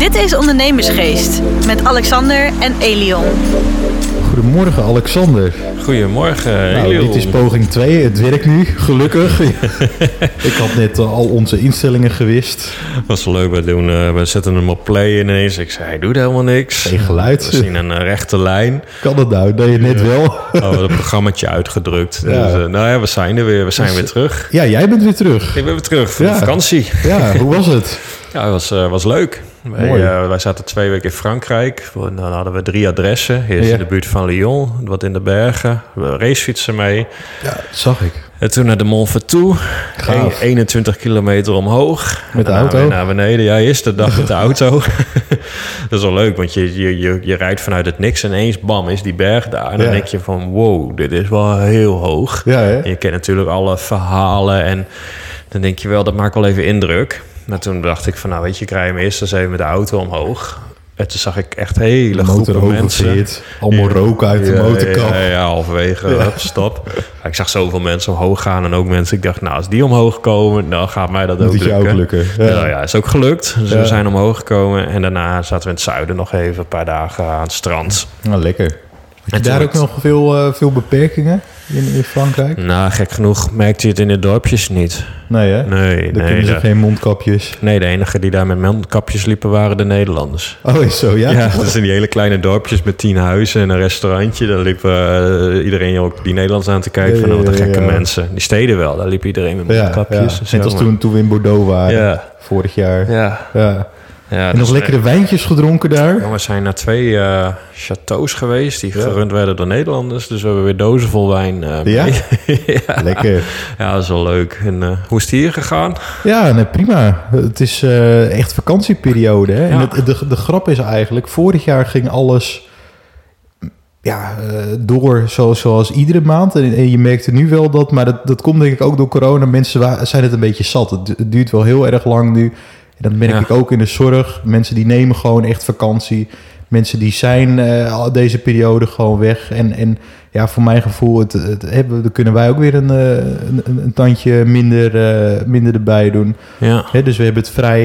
Dit is Ondernemersgeest met Alexander en Elion. Goedemorgen Alexander. Goedemorgen Elion. Dit is poging 2, het werkt nu, gelukkig. Ik had net al onze instellingen gewist. Dat was leuk, we zetten hem op play ineens. Ik zei, hij doet helemaal niks. Geen geluid. We zien een rechte lijn. Kan dat nou? Dat je net wel. We hebben het programmaatje uitgedrukt. Ja. Dus, we zijn er weer. We zijn weer terug. Ja, jij bent weer terug. Ik ben weer terug voor de vakantie. Ja, hoe was het? Ja, het was leuk. Wij zaten 2 weken in Frankrijk. Dan hadden we 3 adressen. Eerst in de buurt van Lyon, wat in de bergen. We racefietsen mee. Ja, zag ik. En toen naar de Mont Ventoux. 21 kilometer omhoog. Met de auto? Naar beneden. Ja, eerst de dag met de auto. Dat is wel leuk, want je rijdt vanuit het niks. En ineens, bam, is die berg daar. En dan denk je van, wow, dit is wel heel hoog. Ja, hè? En je kent natuurlijk alle verhalen. En dan denk je wel, dat maakt wel even indruk. Maar toen dacht ik van, nou weet je, ik rij hem eerst eens even met de auto omhoog. En toen zag ik echt hele groepen mensen. Allemaal rook uit de motorkap. Ja, halverwege, stop. Ik zag zoveel mensen omhoog gaan en ook mensen. Ik dacht, nou, als die omhoog komen, dan gaat mij dat ook lukken. Ook lukken. Ja, is ook gelukt. Dus we zijn omhoog gekomen. En daarna zaten we in het zuiden nog even een paar dagen aan het strand. Nou, lekker. Heb je daar ook nog veel beperkingen in Frankrijk? Nou, gek genoeg merkte je het in de dorpjes niet. Nee, hè? Nee. Daar kunnen ze geen mondkapjes. Nee, de enigen die daar met mondkapjes liepen waren de Nederlanders. Oh, is zo, ja? Ja, dus in die hele kleine dorpjes met 10 huizen en een restaurantje. Daar liep iedereen ook die Nederlanders aan te kijken van wat een gekke mensen. Die steden wel, daar liep iedereen met mondkapjes. Ja. Net als toen we in Bordeaux waren, vorig jaar. Ja, en nog lekkere wijntjes gedronken daar? Ja, we zijn naar 2 chateaus geweest die gerund werden door Nederlanders. Dus we hebben weer dozen vol wijn mee. Ja? Lekker. Ja, dat is wel leuk. En hoe is het hier gegaan? Ja, nee, prima. Het is echt vakantieperiode. Hè? Ja. En de grap is eigenlijk, vorig jaar ging alles door zoals iedere maand. En je merkte nu wel maar dat komt denk ik ook door corona. Mensen zijn het een beetje zat. Het duurt wel heel erg lang nu. Dat merk ik ook in de zorg. Mensen die nemen gewoon echt vakantie. Mensen die zijn deze periode gewoon weg. En voor mijn gevoel, dan kunnen wij ook weer een tandje minder erbij doen. Ja. Dus we hebben het vrij,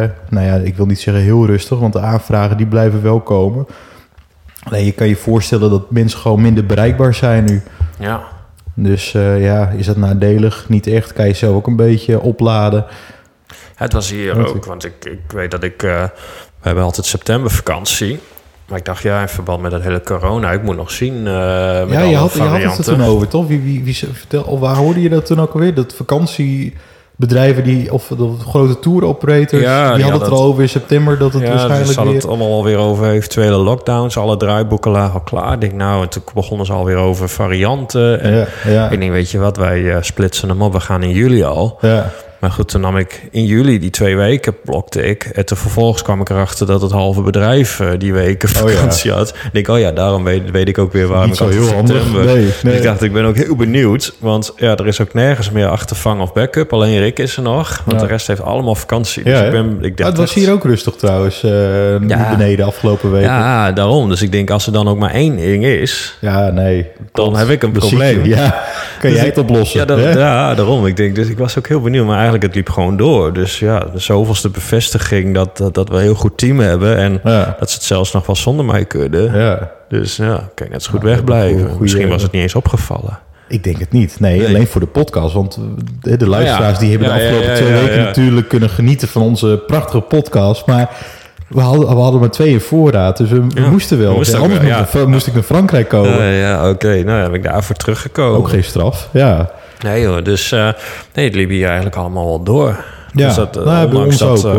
ik wil niet zeggen heel rustig, want de aanvragen die blijven wel komen. Alleen je kan je voorstellen dat mensen gewoon minder bereikbaar zijn nu. Ja. Dus is dat nadelig? Niet echt. Kan je zelf ook een beetje opladen. Het was hier ook, want ik weet dat we hebben altijd septembervakantie. Maar ik dacht, in verband met dat hele corona, ik moet nog zien met alle varianten. Je had het er toen over, toch? Vertel, waar hoorde je dat toen ook alweer? Dat vakantiebedrijven, of de grote tour-operators, die hadden het er al over in september, dat het waarschijnlijk dus hadden het allemaal alweer over eventuele lockdowns. Alle draaiboeken lagen al klaar. Ik denk, en toen begonnen ze alweer over varianten. En ik denk, weet je wat, wij splitsen hem op. We gaan in juli al. Ja. Maar goed, toen nam ik in juli die 2 weken blokte ik. En toen vervolgens kwam ik erachter dat het halve bedrijf die weken vakantie had. Ik denk, daarom weet ik ook weer waarom ik had in september. Nee. Ik dacht, ik ben ook heel benieuwd. Want er is ook nergens meer achtervang of backup. Alleen Rick is er nog. Want de rest heeft allemaal vakantie. Dus het was hier ook rustig trouwens. Beneden afgelopen weken. Ja, daarom. Dus ik denk, als er dan ook maar 1 ding is. Dan heb ik een probleem. Ja, kan jij het oplossen? Daarom. Ik denk, dus ik was ook heel benieuwd. Maar eigenlijk het liep gewoon door. Dus de zoveelste bevestiging dat we een heel goed team hebben. En dat ze het zelfs nog wel zonder mij kunnen. Ja. Dus kan je net zo goed wegblijven. Misschien was het niet eens opgevallen. Ik denk het niet. Nee, alleen voor de podcast. Want de luisteraars die hebben de afgelopen 2 weken natuurlijk kunnen genieten van onze prachtige podcast. Maar we hadden maar 2 in voorraad. Dus we moesten wel. Anders moest ik naar Frankrijk komen. Oké. Nou heb ik daarvoor teruggekomen. Ook geen straf. Ja. Nee hoor, dus het liep hier eigenlijk allemaal wel door. Ja, dus ondanks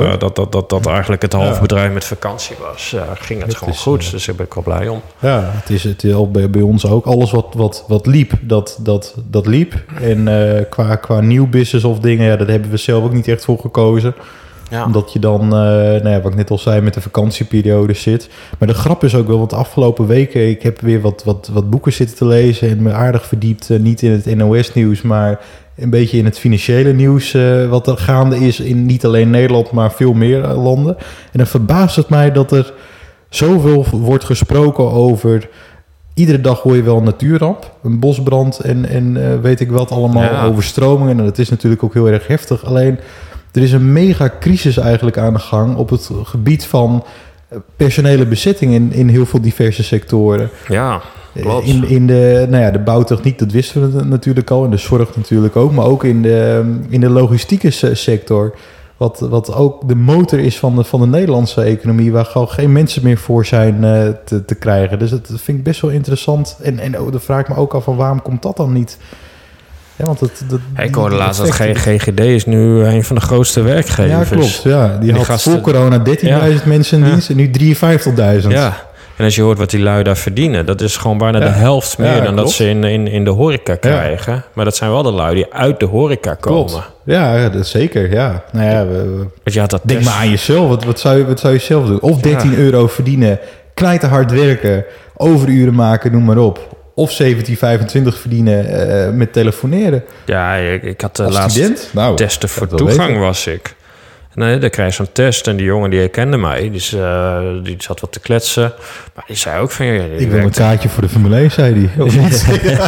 dat eigenlijk het halve bedrijf met vakantie was, ging het gewoon goed. Dus daar ben ik wel blij om. Ja, het is al bij ons ook. Alles wat liep, dat liep. En qua nieuw business of dingen, dat hebben we zelf ook niet echt voor gekozen. Ja. Omdat je dan, wat ik net al zei, met de vakantieperiode zit. Maar de grap is ook wel, want de afgelopen weken, ik heb weer wat boeken zitten te lezen en me aardig verdiept. Niet in het NOS-nieuws, maar een beetje in het financiële nieuws wat er gaande is in niet alleen Nederland, maar veel meer landen. En dan verbaast het mij dat er zoveel wordt gesproken over. Iedere dag hoor je wel een natuurramp, een bosbrand en weet ik wat allemaal, overstromingen. En dat is natuurlijk ook heel erg heftig. Alleen er is een mega crisis eigenlijk aan de gang op het gebied van personele bezetting in heel veel diverse sectoren. Ja, klopt. In de bouwtechniek, dat wisten we natuurlijk al. In de zorg natuurlijk ook. Maar ook in de logistieke sector. Wat ook de motor is van de Nederlandse economie. Waar gewoon geen mensen meer voor zijn te krijgen. Dus dat vind ik best wel interessant. En dan vraag ik me ook af van waarom komt dat dan niet? Ja, want ik hoorde laatst dat GGD is nu een van de grootste werkgevers. Ja, klopt. Ja. Die had voor corona 13.000 mensen in dienst en nu 53.000. Ja. En als je hoort wat die lui daar verdienen, dat is gewoon bijna de helft meer dan klopt. Dat ze in de horeca krijgen. Ja. Maar dat zijn wel de lui die uit de horeca komen. Klopt. Ja, dat is zeker. Ja. Nou ja, dat denk maar aan jezelf. Wat zou je zelf doen? Of 13 euro verdienen, knijterhard werken, overuren maken, noem maar op. Of 17,25 verdienen met telefoneren. Ja, ik had de laatste testen voor toegang was ik. Nee, dan krijg je zo'n test en die jongen die herkende mij. Die zat wat te kletsen. Maar die zei ook van... ik wil een kaartje voor de Formule 1, zei hij. Of niet?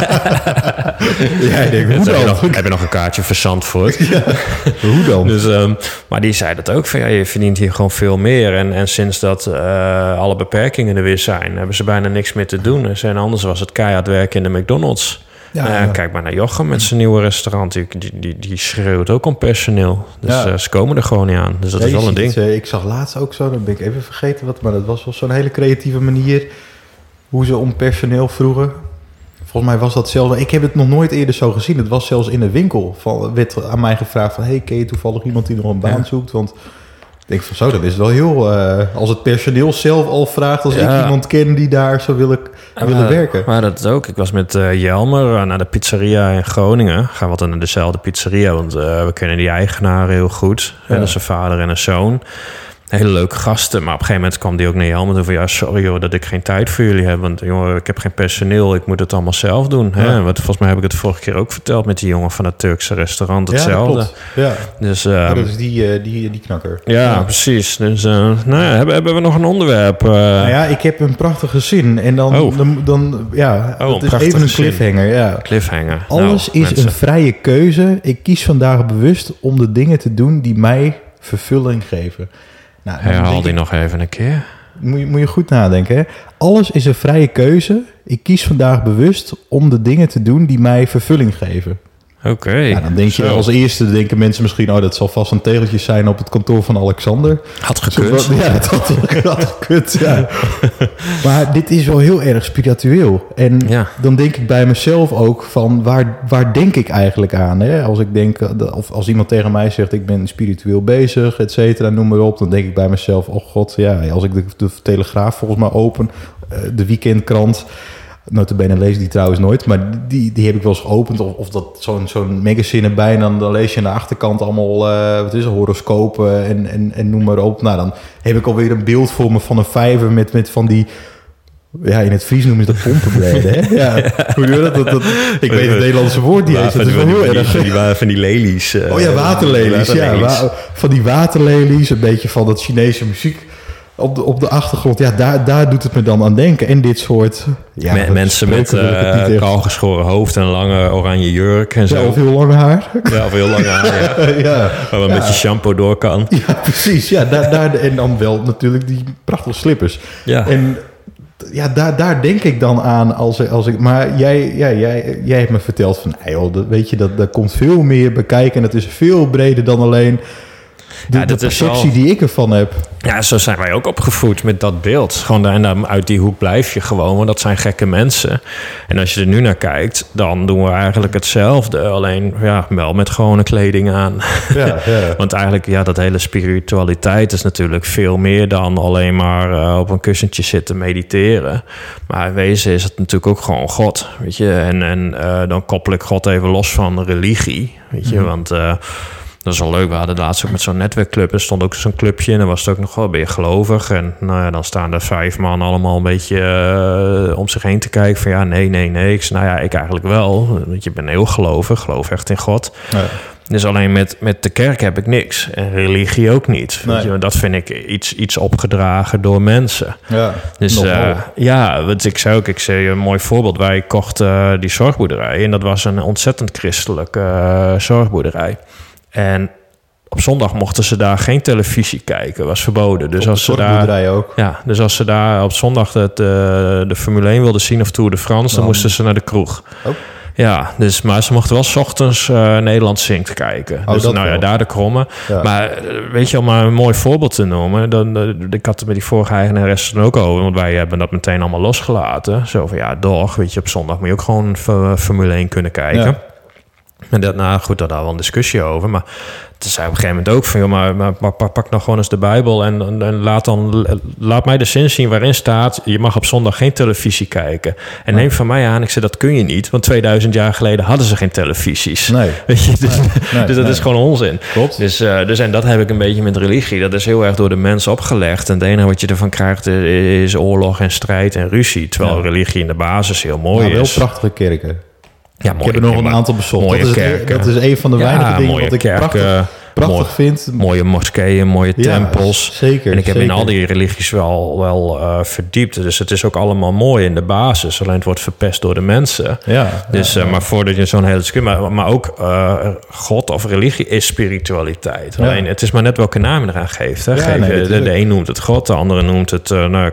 Ja, denk, hoe dan? Heb je nog een kaartje voor Zandvoort? Ja, hoe dan? Dus, maar die zei dat ook van... je verdient hier gewoon veel meer. En sinds dat alle beperkingen er weer zijn... hebben ze bijna niks meer te doen. En anders was het keihard werken in de McDonald's. Ja. Kijk maar naar Jochem met zijn nieuwe restaurant. Die schreeuwt ook om personeel. Dus ze komen er gewoon niet aan. Dus dat is wel een ding. Ik zag laatst ook zo, dan ben ik even vergeten wat... maar dat was wel zo'n hele creatieve manier... hoe ze om personeel vroegen. Volgens mij was dat zelfs... ik heb het nog nooit eerder zo gezien. Het was zelfs in de winkel. Werd aan mij gevraagd van... hey, ken je toevallig iemand die nog een baan zoekt? Want... ik denk van zo, dat is wel heel... als het personeel zelf al vraagt... als ik iemand ken die daar zou willen werken. Maar dat is ook. Ik was met Jelmer naar de pizzeria in Groningen. Gaan we altijd naar dezelfde pizzeria... want we kennen die eigenaar heel goed. Ja. Dat is een vader en een zoon. Hele leuke gasten. Maar op een gegeven moment kwam die ook naar Jelmer... van ja, sorry hoor, dat ik geen tijd voor jullie heb. Want jongen, ik heb geen personeel. Ik moet het allemaal zelf doen. Ja. Hè? Volgens mij heb ik het vorige keer ook verteld... met die jongen van het Turkse restaurant. Hetzelfde. Ja, dus, dat is die knakker. Ja, precies. Dus hebben we nog een onderwerp? Nou ja, ik heb een prachtige zin. En dan het is even een cliffhanger. Ja. Cliffhanger. Alles is mensen. Een vrije keuze. Ik kies vandaag bewust om de dingen te doen... die mij vervulling geven. Nou, herhaal die nog even een keer. Moet je goed nadenken. Hè? Alles is een vrije keuze. Ik kies vandaag bewust om de dingen te doen die mij vervulling geven. Oké. Ja, dan denk je als eerste denken mensen misschien... dat zal vast een tegeltje zijn op het kantoor van Alexander. Had gekund. Ja, dat had gekund, ja. Maar dit is wel heel erg spiritueel. En dan denk ik bij mezelf ook van... waar denk ik eigenlijk aan? Hè? Als ik denk, of als iemand tegen mij zegt... ik ben spiritueel bezig, et cetera, noem maar op... dan denk ik bij mezelf, oh god, ja... als ik de Telegraaf volgens mij open... de weekendkrant... Notabene lees die trouwens nooit, maar die heb ik wel eens geopend. Of dat zo'n magazine erbij. En dan lees je aan de achterkant allemaal horoscopen en noem maar op. Nou, dan heb ik alweer een beeld voor me van een vijver met van die... Ja, in het Fries noemen ze dat pompenbladen, hè? Ja. Hoe doe je dat? Ik weet het Nederlandse woord niet eens. Dat is wel heel erg. Van die lelies. Waterlelies. Ja, van die waterlelies. Een beetje van dat Chinese muziek... Op de achtergrond, ja, daar doet het me dan aan denken. En dit soort... Ja, mensen met kaalgeschoren hoofd en een lange oranje jurk en zo. Ja, of heel lang haar. Ja, of heel lang haar, ja. Waar een beetje shampoo door kan. Ja, precies. Ja, en dan wel natuurlijk die prachtige slippers. Ja. En ja, daar denk ik dan aan als ik... Maar jij hebt me verteld van... weet je, daar komt veel meer bekijken. En het is veel breder dan alleen... De perceptie die ik ervan heb. Ja, zo zijn wij ook opgevoed met dat beeld. Gewoon en uit die hoek blijf je gewoon, want dat zijn gekke mensen. En als je er nu naar kijkt, dan doen we eigenlijk hetzelfde. Alleen wel met gewone kleding aan. Ja. Want eigenlijk, dat hele spiritualiteit is natuurlijk veel meer dan alleen maar op een kussentje zitten mediteren. Maar in wezen is het natuurlijk ook gewoon God. Weet je? En dan koppel ik God even los van religie. Weet je, want... dat is wel leuk. We hadden laatst ook met zo'n netwerkclub. Er stond ook zo'n clubje en dan was het ook nog wel... ben je gelovig? En dan staan er 5 man allemaal een beetje om zich heen te kijken. Van nee. Ik zei, ik eigenlijk wel. Want je bent heel gelovig. Geloof echt in God. Ja. Dus alleen met de kerk heb ik niks. En religie ook niet. Nee. Je, dat vind ik iets opgedragen door mensen. Ja, dus want ik zei een mooi voorbeeld. Wij kochten die zorgboerderij. En dat was een ontzettend christelijke zorgboerderij. En op zondag mochten ze daar geen televisie kijken. Was verboden. Dus als ze daar ook. Ja, dus als ze daar op zondag de Formule 1 wilden zien of Tour de France, dan moesten ze naar de kroeg. Oh. Ja, dus, maar ze mochten wel 's ochtends Nederland zingt kijken. Dus daar de kromme. Ja. Maar weet je, om maar een mooi voorbeeld te noemen. Ik had het met die vorige eigenares dan ook over. Want wij hebben dat meteen allemaal losgelaten. Zo van, weet je, op zondag moet je ook gewoon Formule 1 kunnen kijken. Ja. En daar hadden we wel een discussie over. Maar toen zei op een gegeven moment ook van, maar pak nou gewoon eens de Bijbel en laat mij de zin zien waarin staat, je mag op zondag geen televisie kijken. En neem van mij aan, ik zei, dat kun je niet, want 2000 jaar geleden hadden ze geen televisies. Nee. Weet je, dus dat is gewoon onzin. Klopt. Dus en dat heb ik een beetje met religie. Dat is heel erg door de mens opgelegd. En het enige wat je ervan krijgt is oorlog en strijd en ruzie. Terwijl religie in de basis heel mooi is. Heel prachtige kerken. Ja, ik heb er nog een aantal bezocht. Dat is een van de weinige dingen wat ik prachtig vind. Mooie moskeeën, mooie tempels. Zeker. En ik heb in al die religies wel verdiept. Dus het is ook allemaal mooi in de basis. Alleen het wordt verpest door de mensen. Maar voordat je zo'n hele discussie... Maar ook God of religie is spiritualiteit. Alleen het is maar net welke naam je eraan geeft. Hè. De een noemt het God, de andere noemt het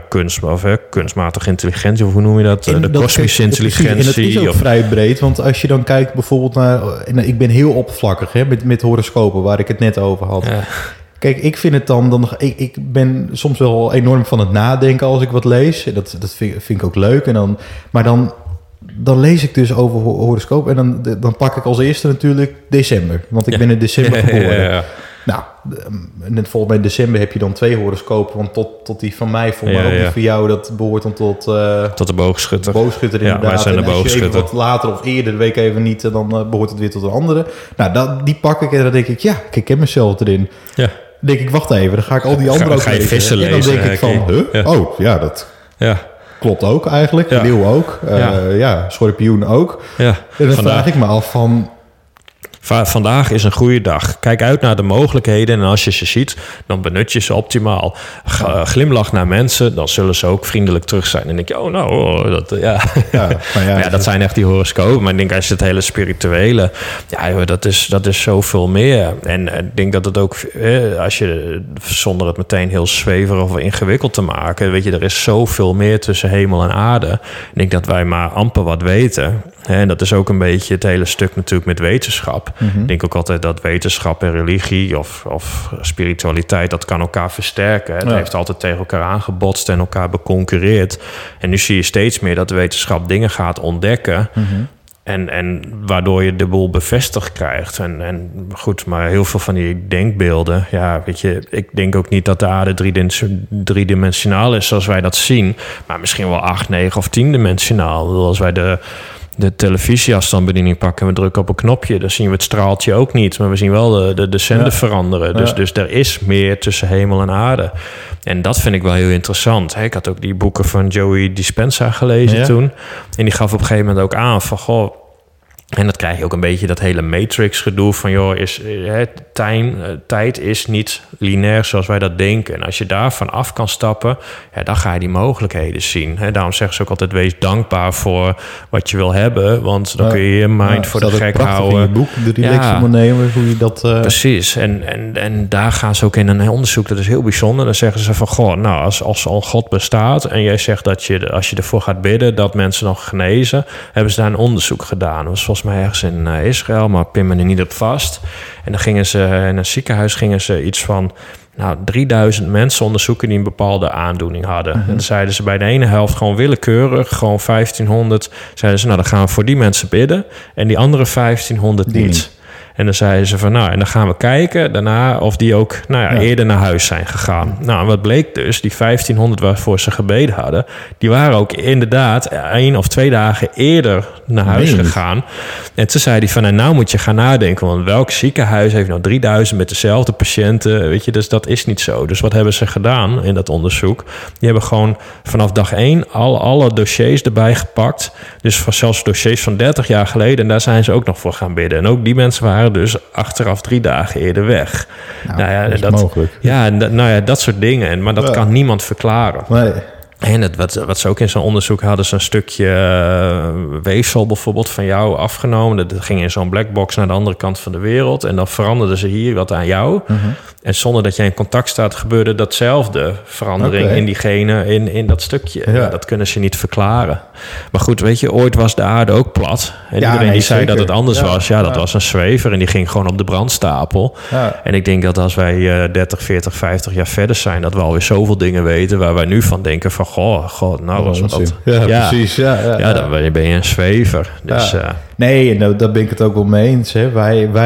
kunstmatige intelligentie. Of hoe noem je dat? De kosmische intelligentie. En dat is ook vrij breed. Want als je dan kijkt bijvoorbeeld naar... Ik ben heel oppervlakkig met horoscopen, waar ik het net over had. Ja. Kijk, ik vind het dan ik ben soms wel enorm van het nadenken als ik wat lees. Dat vind ik ook leuk. Maar dan lees ik dus over horoscoop. En dan pak ik als eerste natuurlijk december. Want ik ben in december geboren. Ja. Nou, net volgens mij in december heb je dan 2 horoscopen. Want tot die van mij, volgens mij ook die van jou, dat behoort dan tot de boogschutter. Boogschutter inderdaad. Wij zijn de boogschutter. Als je even wat later of eerder, de week even niet, dan behoort het weer tot een andere. Nou, die pak ik en dan denk ik, ik ken mezelf erin. Ja. Dan denk ik, wacht even, dan ga ik al die andere ook ga je vissen lezen. En dan denk ik van, dat... Ja. Klopt ook eigenlijk. Ja. Leeuw ook. Schorpioen ook. Ja. En dan vraag ik me af van... Vandaag is een goede dag. Kijk uit naar de mogelijkheden en als je ze ziet, dan benut je ze optimaal. Glimlach naar mensen, dan zullen ze ook vriendelijk terug zijn. En dan denk je, dat zijn echt die horoscopen. Maar ik denk, als je het hele spirituele, dat is zoveel meer. En ik denk dat het ook, als je, zonder het meteen heel zweverig of ingewikkeld te maken, weet je, er is zoveel meer tussen hemel en aarde. Ik denk dat wij maar amper wat weten. En dat is ook een beetje het hele stuk natuurlijk met wetenschap. Mm-hmm. Ik denk ook altijd dat wetenschap en religie of spiritualiteit, dat kan elkaar versterken. Het heeft altijd tegen elkaar aangebotst en elkaar beconcurreerd. En nu zie je steeds meer dat de wetenschap dingen gaat ontdekken. Mm-hmm. En waardoor je de boel bevestigd krijgt. En goed, maar heel veel van die denkbeelden... Ja, weet je, ik denk ook niet dat de aarde driedimensionaal is zoals wij dat zien. Maar misschien wel 8, 9 of 10-dimensionaal. Als wij de televisieafstandsbediening pakken en we drukken op een knopje, dan zien we het straaltje ook niet. Maar we zien wel de zender veranderen. Dus er is meer tussen hemel en aarde. En dat vind ik wel heel interessant. Ik had ook die boeken van Joey Dispenza gelezen toen. En die gaf op een gegeven moment ook aan van... En dat krijg je ook een beetje dat hele Matrix-gedoe van... tijd is niet lineair zoals wij dat denken. En als je daarvan af kan stappen, dan ga je die mogelijkheden zien. Daarom zeggen ze ook altijd, wees dankbaar voor wat je wil hebben. Want dan kun je je mind voor de gek houden. In je boek, de Relax ondernemer, hoe je dat... Precies. En daar gaan ze ook in een onderzoek, dat is heel bijzonder. Dan zeggen ze van, als al God bestaat... en jij zegt dat als je ervoor gaat bidden, dat mensen nog genezen... hebben ze daar een onderzoek gedaan. Dat was volgens mij ergens in Israël, maar pin me er niet op vast. En dan gingen ze in een ziekenhuis iets van 3000 mensen onderzoeken die een bepaalde aandoening hadden. Mm-hmm. En dan zeiden ze bij de ene helft gewoon willekeurig, gewoon 1500. Zeiden ze, dan gaan we voor die mensen bidden en die andere 1500 niet. En dan zeiden ze van, en dan gaan we kijken daarna of die ook eerder naar huis zijn gegaan. En wat bleek dus, die 1500 waarvoor ze gebeden hadden, die waren ook inderdaad 1 of 2 dagen eerder naar huis gegaan. En toen zei hij van, nou moet je gaan nadenken, want welk ziekenhuis heeft nou 3000 met dezelfde patiënten, weet je, dus dat is niet zo. Dus wat hebben ze gedaan in dat onderzoek? Die hebben gewoon vanaf dag 1 alle dossiers erbij gepakt. Dus zelfs dossiers van 30 jaar geleden, en daar zijn ze ook nog voor gaan bidden. En ook die mensen waren dus achteraf 3 dagen eerder weg. Dat is mogelijk. Ja, dat soort dingen. Maar dat kan niemand verklaren. Nee. En wat ze ook in zo'n onderzoek hadden, ze een stukje weefsel bijvoorbeeld van jou afgenomen. Dat ging in zo'n blackbox naar de andere kant van de wereld. En dan veranderden ze hier wat aan jou. Mm-hmm. En zonder dat jij in contact staat, gebeurde datzelfde verandering in die genen in dat stukje. Ja. Dat kunnen ze niet verklaren. Maar goed, weet je, ooit was de aarde ook plat. En iedereen die zei zeker dat het anders was. Ja, dat was een zwever en die ging gewoon op de brandstapel. Ja. En ik denk dat als wij 30, 40, 50 jaar verder zijn, dat we alweer zoveel dingen weten waar wij nu van denken van, goh, nou was dat. Ja, precies. Ja, dan ben je een zwever. Dus, ja. Nee, en daar ben ik het ook wel mee eens. Hè.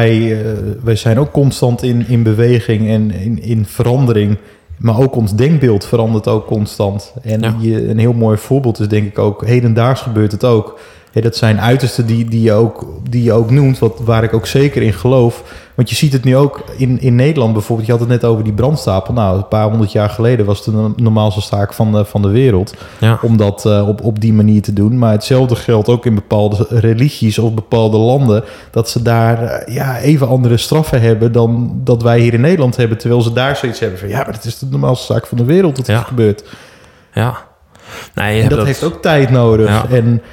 Wij zijn ook constant in beweging en in verandering. Maar ook ons denkbeeld verandert ook constant. En een heel mooi voorbeeld is denk ik ook, hedendaags gebeurt het ook. Ja, dat zijn uitersten die je ook noemt, waar ik ook zeker in geloof. Want je ziet het nu ook in Nederland bijvoorbeeld. Je had het net over die brandstapel. Nou, een paar 100 jaar geleden was het de normaalste zaak van de wereld. Ja. Om dat op die manier te doen. Maar hetzelfde geldt ook in bepaalde religies of bepaalde landen. Dat ze daar even andere straffen hebben dan dat wij hier in Nederland hebben. Terwijl ze daar zoiets hebben van, maar het is de normaalste zaak van de wereld dat het gebeurt. Ja. Nee, en dat heeft ook tijd nodig. Ja.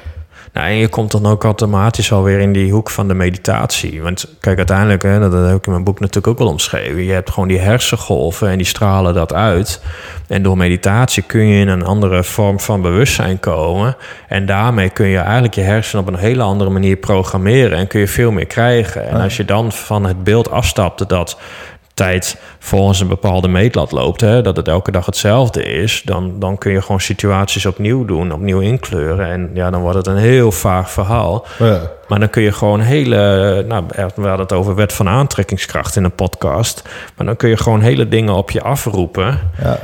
En je komt dan ook automatisch alweer in die hoek van de meditatie. Want kijk, uiteindelijk, dat heb ik in mijn boek natuurlijk ook wel omschreven. Je hebt gewoon die hersengolven en die stralen dat uit. En door meditatie kun je in een andere vorm van bewustzijn komen. En daarmee kun je eigenlijk je hersenen op een hele andere manier programmeren. En kun je veel meer krijgen. En als je dan van het beeld afstapt dat tijd volgens een bepaalde meetlat loopt, dat het elke dag hetzelfde is, dan kun je gewoon situaties opnieuw doen, opnieuw inkleuren. En dan wordt het een heel vaag verhaal. Ja. Maar dan kun je gewoon we hadden het over wet van aantrekkingskracht in een podcast, maar dan kun je gewoon hele dingen op je afroepen,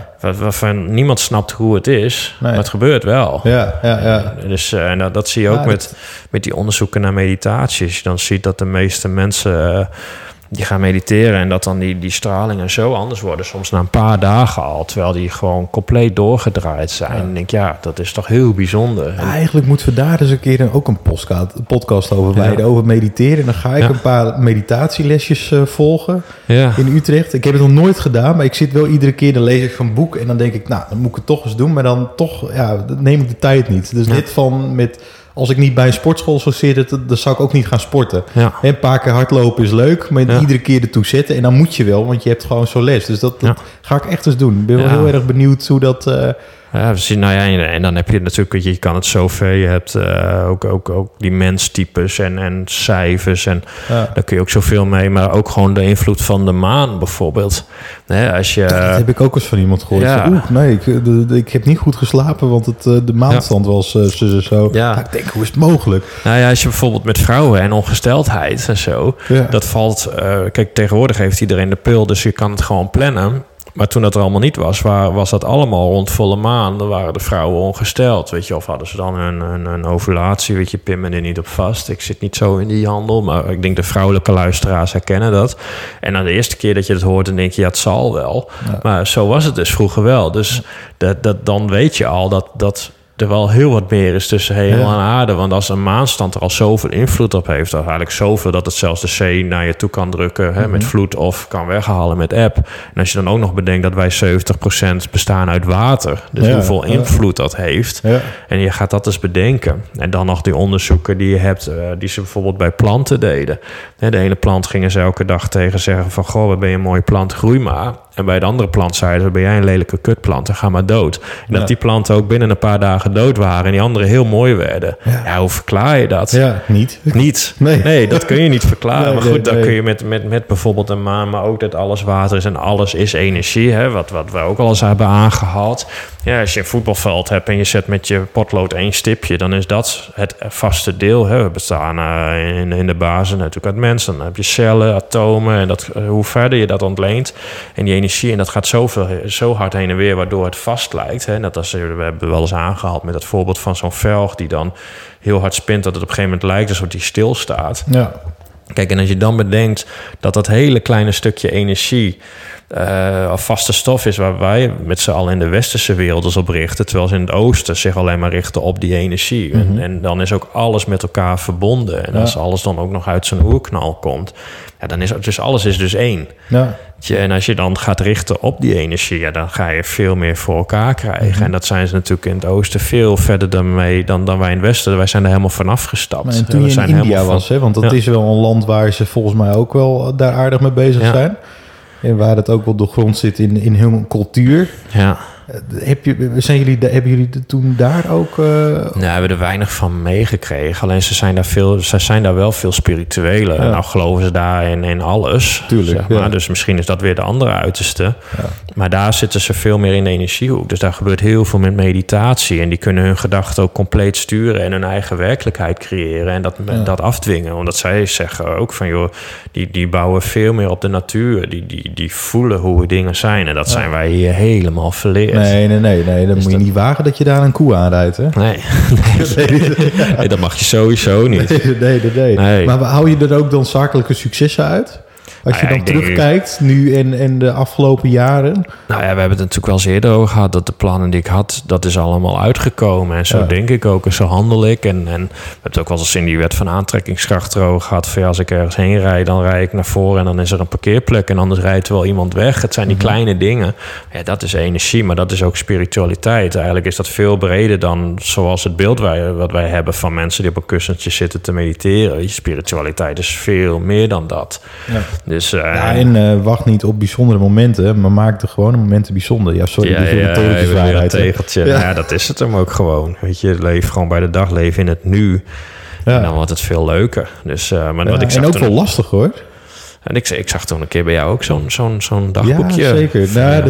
waarvan niemand snapt hoe het is, maar het gebeurt wel. Ja. Dus dat zie je ook met die onderzoeken naar meditaties. Dan zie je dat de meeste mensen die gaan mediteren en dat dan die stralingen zo anders worden. Soms na een paar dagen al, terwijl die gewoon compleet doorgedraaid zijn. En ik denk, dat is toch heel bijzonder. Ja, eigenlijk moeten we daar eens een keer ook een podcast over wijden, over mediteren. En dan ga ik een paar meditatielesjes volgen in Utrecht. Ik heb het nog nooit gedaan, maar ik zit wel iedere keer, dan lees ik van boek en dan denk ik, dan moet ik het toch eens doen. Maar dan toch, dan neem ik de tijd niet. Dus dit van als ik niet bij een sportschool zou zitten, dan zou ik ook niet gaan sporten. Ja. Een paar keer hardlopen is leuk, maar iedere keer ertoe zetten. En dan moet je wel, want je hebt gewoon zo'n les. Dus dat ga ik echt eens doen. Ik ben wel heel erg benieuwd hoe dat... Ja, we zien, en dan heb je natuurlijk, je kan het zoveel. Je hebt ook die menstypes en cijfers. En daar kun je ook zoveel mee. Maar ook gewoon de invloed van de maan bijvoorbeeld. Als je, dat heb ik ook eens van iemand gehoord. Ja. Ik heb niet goed geslapen, want de maanstand was zo. Ja. Ik denk, hoe is het mogelijk? Als je bijvoorbeeld met vrouwen en ongesteldheid en zo, dat valt... kijk, tegenwoordig heeft iedereen de pil, dus je kan het gewoon plannen. Maar toen dat er allemaal niet was dat allemaal rond volle maan. Dan waren de vrouwen ongesteld, weet je. Of hadden ze dan een ovulatie, weet je, pin me er niet op vast. Ik zit niet zo in die handel, maar ik denk de vrouwelijke luisteraars herkennen dat. En dan de eerste keer dat je het hoort, dan denk je, het zal wel. Ja. Maar zo was het dus vroeger wel. Dus dan weet je al dat er wel heel wat meer is tussen hemel en aarde. Want als een maanstand er al zoveel invloed op heeft, dan eigenlijk zoveel dat het zelfs de zee naar je toe kan drukken met vloed of kan weghalen met eb. En als je dan ook nog bedenkt dat wij 70% bestaan uit water, dus hoeveel invloed dat heeft. Ja. En je gaat dat eens bedenken. En dan nog die onderzoeken die je hebt, die ze bijvoorbeeld bij planten deden. De ene plant gingen ze elke dag tegen zeggen van, goh, wat ben je een mooie plant, groei maar. En bij de andere plant zeiden ze, ben jij een lelijke kutplant en ga maar dood. En dat die planten ook binnen een paar dagen dood waren en die andere heel mooi werden. Ja, hoe verklaar je dat? Ja, niet. Nee, dat kun je niet verklaren. Maar goed, dan kun je met bijvoorbeeld een maan, maar ook dat alles water is en alles is energie, wat we ook al eens hebben aangehaald. Ja, als je een voetbalveld hebt en je zet met je potlood 1 stipje, dan is dat het vaste deel. We bestaan in de basis natuurlijk uit mensen. Dan heb je cellen, atomen en hoe verder je dat ontleent. En die energie, en dat gaat zo hard heen en weer, waardoor het vast lijkt. We hebben wel eens aangehaald met het voorbeeld van zo'n velg die dan heel hard spint, dat het op een gegeven moment lijkt alsof die stilstaat. Ja. Kijk, en als je dan bedenkt dat hele kleine stukje energie vaste stof is waar wij met z'n allen in de westerse wereld ons op richten, terwijl ze in het oosten zich alleen maar richten op die energie. En dan is ook alles met elkaar verbonden. En als alles dan ook nog uit zijn oerknal komt, dan is dus alles is dus één. Ja. En als je dan gaat richten op die energie, dan ga je veel meer voor elkaar krijgen. En dat zijn ze natuurlijk in het oosten veel verder dan wij in het westen. Wij zijn er helemaal vanaf gestapt. Maar en toen je in India was, want dat is wel een land waar ze volgens mij ook wel daar aardig mee bezig zijn. En waar het ook wel de grond zit in hun cultuur. Ja. Hebben jullie toen daar ook... we hebben er weinig van meegekregen. Alleen ze zijn daar wel veel spiritueler. Ja. Nou geloven ze daar in alles. Tuurlijk, zeg maar. Dus misschien is dat weer de andere uiterste. Ja. Maar daar zitten ze veel meer in de energiehoek. Dus daar gebeurt heel veel met meditatie. En die kunnen hun gedachten ook compleet sturen en hun eigen werkelijkheid creëren. En dat afdwingen. Omdat zij zeggen ook van, joh, die bouwen veel meer op de natuur. Die voelen hoe dingen zijn. En dat zijn wij hier helemaal verleerd. Nee. Dan dus moet je niet wagen dat je daar een koe aanrijdt, hè? Nee, dat mag je sowieso niet. Nee. Maar hou je er ook dan zakelijke successen uit? Als je dan terugkijkt, nu en de afgelopen jaren? Nou ja, we hebben het natuurlijk wel eens eerder over gehad, dat de plannen die ik had, dat is allemaal uitgekomen. En zo denk ik ook en zo handel ik. En we hebben het ook wel eens in die wet van aantrekkingskracht erover gehad. Van als ik ergens heen rijd, dan rijd ik naar voren en dan is er een parkeerplek. En anders rijdt er wel iemand weg. Het zijn die kleine dingen. Ja, dat is energie, maar dat is ook spiritualiteit. Eigenlijk is dat veel breder dan zoals het beeld wat wij hebben van mensen die op een kussentje zitten te mediteren. Spiritualiteit is veel meer dan dat. Ja. Dus, wacht niet op bijzondere momenten, maar maak de gewone momenten bijzonder. Ja, sorry, de waarheid. Tegeltje. Ja. Ja, dat is het hem ook gewoon. Weet je, leef gewoon bij de dag, leef in het nu. Ja. En dan wordt het veel leuker. Dus, wat ik zag en ook wel lastig, hoor. En ik zag toen een keer bij jou ook zo'n dagboekje. Ja, zeker.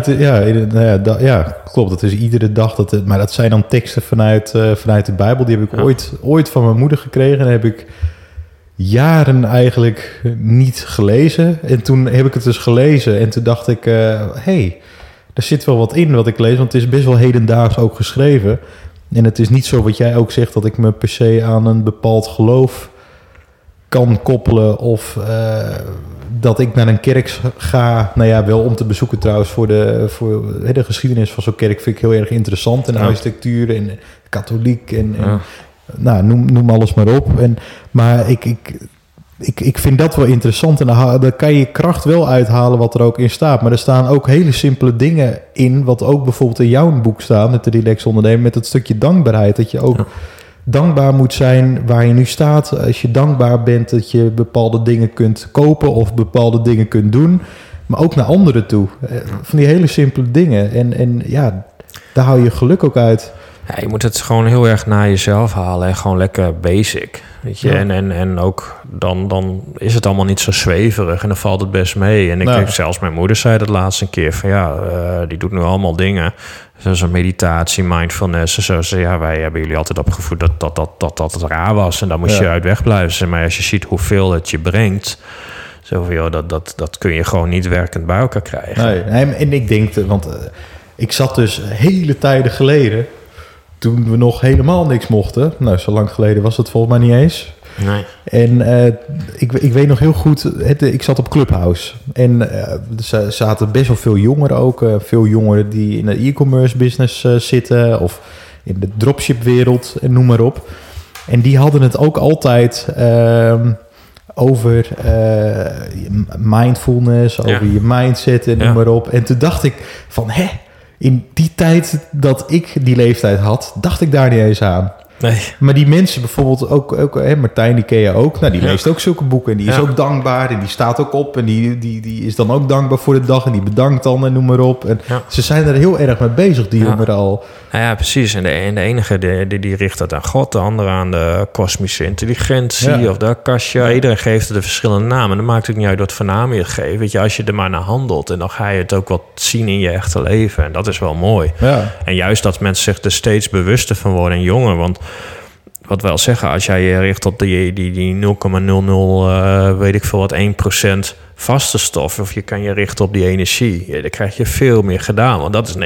Klopt. Dat is iedere dag. Maar dat zijn dan teksten vanuit de Bijbel. Die heb ik ooit van mijn moeder gekregen. En heb ik jaren eigenlijk niet gelezen. En toen heb ik het dus gelezen. En toen dacht ik, er zit wel wat in wat ik lees. Want het is best wel hedendaags ook geschreven. En het is niet zo wat jij ook zegt, dat ik me per se aan een bepaald geloof kan koppelen. Of dat ik naar een kerk ga. Nou ja, wel om te bezoeken trouwens. Voor de geschiedenis van zo'n kerk vind ik heel erg interessant. En architectuur en katholiek en nou, noem alles maar op. Maar ik vind dat wel interessant. En daar kan je kracht wel uithalen wat er ook in staat. Maar er staan ook hele simpele dingen in. Wat ook bijvoorbeeld in jouw boek staat met de Relax Ondernemen. Met het stukje dankbaarheid. Dat je ook dankbaar moet zijn waar je nu staat. Als je dankbaar bent dat je bepaalde dingen kunt kopen. Of bepaalde dingen kunt doen. Maar ook naar anderen toe. Van die hele simpele dingen. En daar hou je geluk ook uit. Ja, je moet het gewoon heel erg naar jezelf halen en gewoon lekker basic, weet je. Ja. En ook dan is het allemaal niet zo zweverig en dan valt het best mee. En ik heb zelfs mijn moeder zei dat laatst een keer van die doet nu allemaal dingen zoals een meditatie, mindfulness en zo. Ja, wij hebben jullie altijd opgevoed dat het raar was en daar moest je uit wegblijven. Maar als je ziet hoeveel het je brengt, zoveel dat kun je gewoon niet werkend bij elkaar krijgen. Nee, en ik denk, want ik zat dus hele tijden geleden, toen we nog helemaal niks mochten. Nou, zo lang geleden was het volgens mij niet eens. Nee. En ik weet nog heel goed, ik zat op Clubhouse. En er zaten best wel veel jongeren ook. Veel jongeren die in de e-commerce business zitten. Of in de dropship-wereld en noem maar op. En die hadden het ook altijd over mindfulness, over je mindset en noem maar op. En toen dacht ik van, in die tijd dat ik die leeftijd had, dacht ik daar niet eens aan. Nee. Maar die mensen bijvoorbeeld ook Martijn, die ken je ook. Nou, die leest ook zulke boeken en die is ook dankbaar en die staat ook op en die is dan ook dankbaar voor de dag en die bedankt dan en noem maar op. En ze zijn er heel erg mee bezig, die jongeren al. Ja, precies. En de enige die richt dat aan God, de andere aan de kosmische intelligentie of de Akasha. Iedereen geeft het een verschillende namen. En dan maakt het niet uit wat voor naam je het geeft. Weet je, als je er maar naar handelt en dan ga je het ook wat zien in je echte leven. En dat is wel mooi. Ja. En juist dat mensen zich er steeds bewuster van worden en jonger, want wat wel zeggen, als jij je richt op die 0,00 weet ik veel wat 1% vaste stoffen of je kan je richten op die energie. Ja, dan krijg je veel meer gedaan, want dat is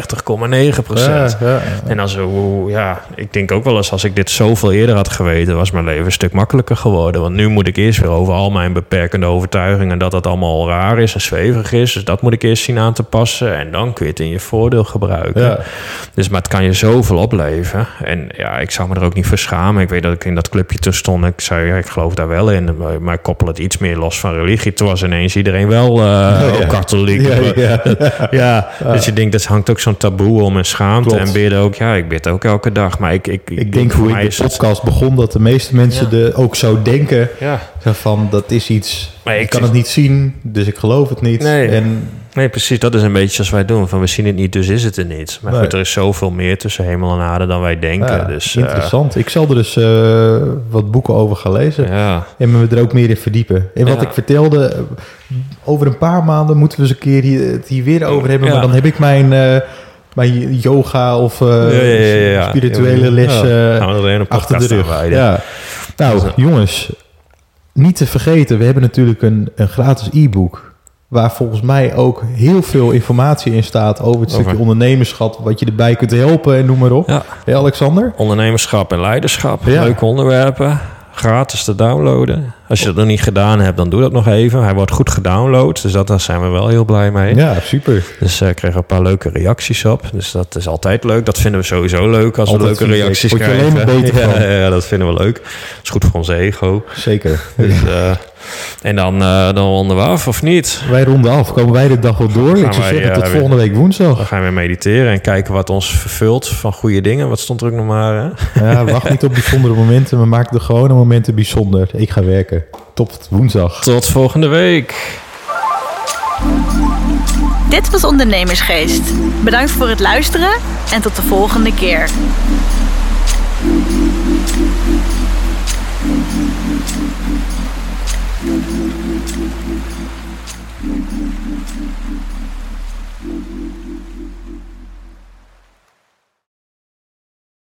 99,9%. En dan zo, ik denk ook wel eens, als ik dit zoveel eerder had geweten, was mijn leven een stuk makkelijker geworden. Want nu moet ik eerst weer over al mijn beperkende overtuigingen dat het allemaal raar is en zweverig is. Dus dat moet ik eerst zien aan te passen en dan kun je het in je voordeel gebruiken. Ja. Dus, maar het kan je zoveel opleveren. En ja, ik zou me er ook niet voor schamen. Ik weet dat ik in dat clubje toen stond. Ik zei, ik geloof daar wel in. Maar ik koppel het iets meer los van religie. Toen was ineens iedereen wel katholiek. Dus je denkt, dat hangt ook zo'n taboe om en schaamte. Klopt. En bidden ook. Ja, ik bid ook elke dag. Maar ik denk hoe ik de podcast begon, dat de meeste mensen ook zo denken. Ja. Van, dat is iets... Maar ik kan het niet zien, dus ik geloof het niet. Nee, precies. Dat is een beetje zoals wij doen. Van, we zien het niet, dus is het er niet. Maar goed, er is zoveel meer tussen hemel en aarde dan wij denken. Ja, dus, interessant. Ik zal er dus wat boeken over gaan lezen. Ja. En me er ook meer in verdiepen. En wat ik vertelde, over een paar maanden moeten we eens een keer het hier weer over hebben. Ja. Maar dan heb ik mijn yoga of spirituele les achter de rug. Ja. Nou, jongens... Niet te vergeten, we hebben natuurlijk een gratis e-book... waar volgens mij ook heel veel informatie in staat... over het stukje ondernemerschap... wat je erbij kunt helpen en noem maar op. Ja. Hey Alexander? Ondernemerschap en leiderschap. Ja. Leuke onderwerpen. Gratis te downloaden. Als je dat nog niet gedaan hebt, dan doe dat nog even. Hij wordt goed gedownload, dus daar zijn we wel heel blij mee. Ja, super. Dus ik kreeg een paar leuke reacties op. Dus dat is altijd leuk. Dat vinden we sowieso leuk als altijd we leuke reacties krijgen. Word je alleen maar beter van. Ja, dat vinden we leuk. Dat is goed voor ons ego. Zeker. Dus, en dan ronden we af, of niet? Wij ronden af. Komen wij de dag wel door? Ik zou zeggen, tot volgende week woensdag. Dan gaan we mediteren en kijken wat ons vervult van goede dingen. Wat stond er ook nog maar? Hè? Ja, wacht niet op bijzondere momenten, maar maak de gewone momenten bijzonder. Ik ga werken. Tot woensdag. Tot volgende week. Dit was Ondernemersgeest. Bedankt voor het luisteren en tot de volgende keer.